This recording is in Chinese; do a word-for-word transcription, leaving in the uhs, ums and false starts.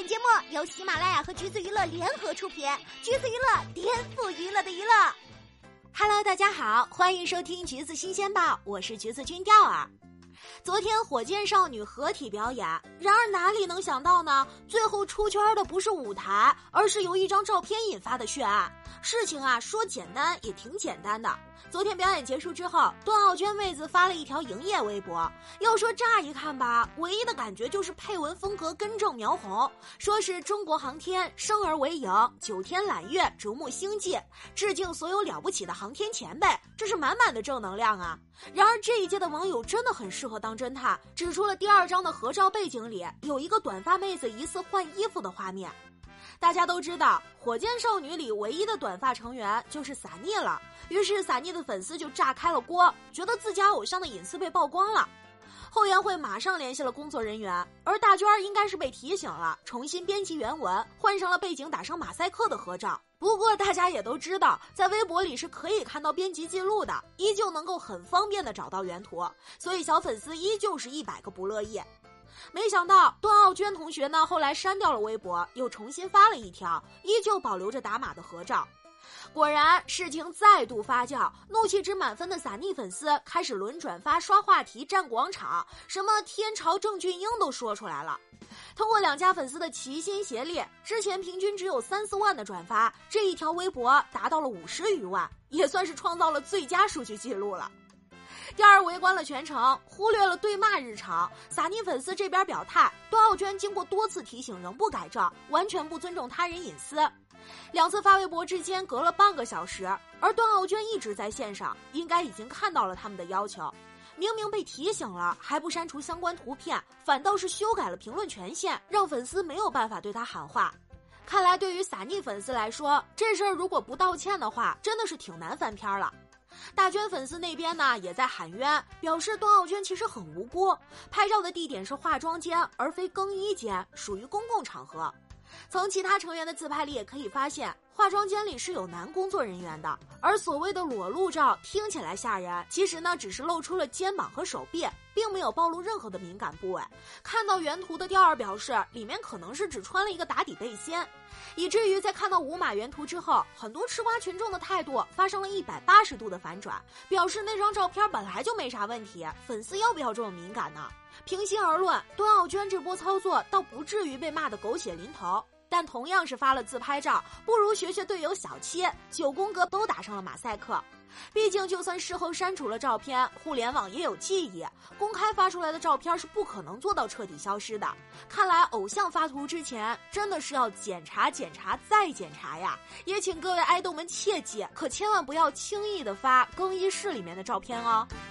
本节目由喜马拉雅和橘子娱乐联合出品，橘子娱乐颠覆娱乐的娱乐。Hello， 大家好，欢迎收听橘子新鲜报，我是橘子君钓儿。昨天火箭少女合体表演，然而哪里能想到呢？最后出圈的不是舞台，而是由一张照片引发的血案。事情啊，说简单也挺简单的。昨天表演结束之后，段奥娟妹子发了一条营业微博。要说乍一看吧，唯一的感觉就是配文风格根正苗红，说是中国航天生而为营，九天揽月，瞩目星际，致敬所有了不起的航天前辈，这是满满的正能量啊。然而这一届的网友真的很适合当侦探，指出了第二张的合照背景里有一个短发妹子疑似换衣服的画面。大家都知道火箭少女里唯一的短发成员就是撒妮了，于是撒妮的粉丝就炸开了锅，觉得自家偶像的隐私被曝光了。后援会马上联系了工作人员，而大娟应该是被提醒了，重新编辑原文，换上了背景打上马赛克的合照。不过大家也都知道，在微博里是可以看到编辑记录的，依旧能够很方便的找到原图，所以小粉丝依旧是一百个不乐意。没想到段奥娟同学呢，后来删掉了微博，又重新发了一条，依旧保留着打码的合照。果然事情再度发酵，怒气值满分的撒妮粉丝开始轮转发刷话题占广场，什么天朝郑俊英都说出来了。通过两家粉丝的齐心协力，之前平均只有三四万的转发，这一条微博达到了五十余万，也算是创造了最佳数据记录了。第二，围观了全程，忽略了对骂日常。撒妮粉丝这边表态，段奥娟经过多次提醒仍不改正，完全不尊重他人隐私。两次发微博之间隔了半个小时，而段奥娟一直在线上，应该已经看到了他们的要求。明明被提醒了，还不删除相关图片，反倒是修改了评论权限，让粉丝没有办法对他喊话。看来对于撒妮粉丝来说，这事儿如果不道歉的话，真的是挺难翻篇了。大娟粉丝那边呢也在喊冤，表示段奥娟其实很无辜，拍照的地点是化妆间而非更衣间，属于公共场合。从其他成员的自拍里也可以发现，化妆间里是有男工作人员的，而所谓的裸露照听起来吓人，其实呢只是露出了肩膀和手臂，并没有暴露任何的敏感部位。看到原图的调儿表示，里面可能是只穿了一个打底背心，以至于在看到无码原图之后，很多吃瓜群众的态度发生了一百八十度的反转，表示那张照片本来就没啥问题，粉丝要不要这么敏感呢？平心而论，段奥娟这波操作倒不至于被骂得狗血淋头，但同样是发了自拍照，不如学学队友小七，九宫格都打上了马赛克。毕竟就算事后删除了照片，互联网也有记忆，公开发出来的照片是不可能做到彻底消失的。看来偶像发图之前真的是要检查检查再检查呀，也请各位爱豆们切记，可千万不要轻易的发更衣室里面的照片哦。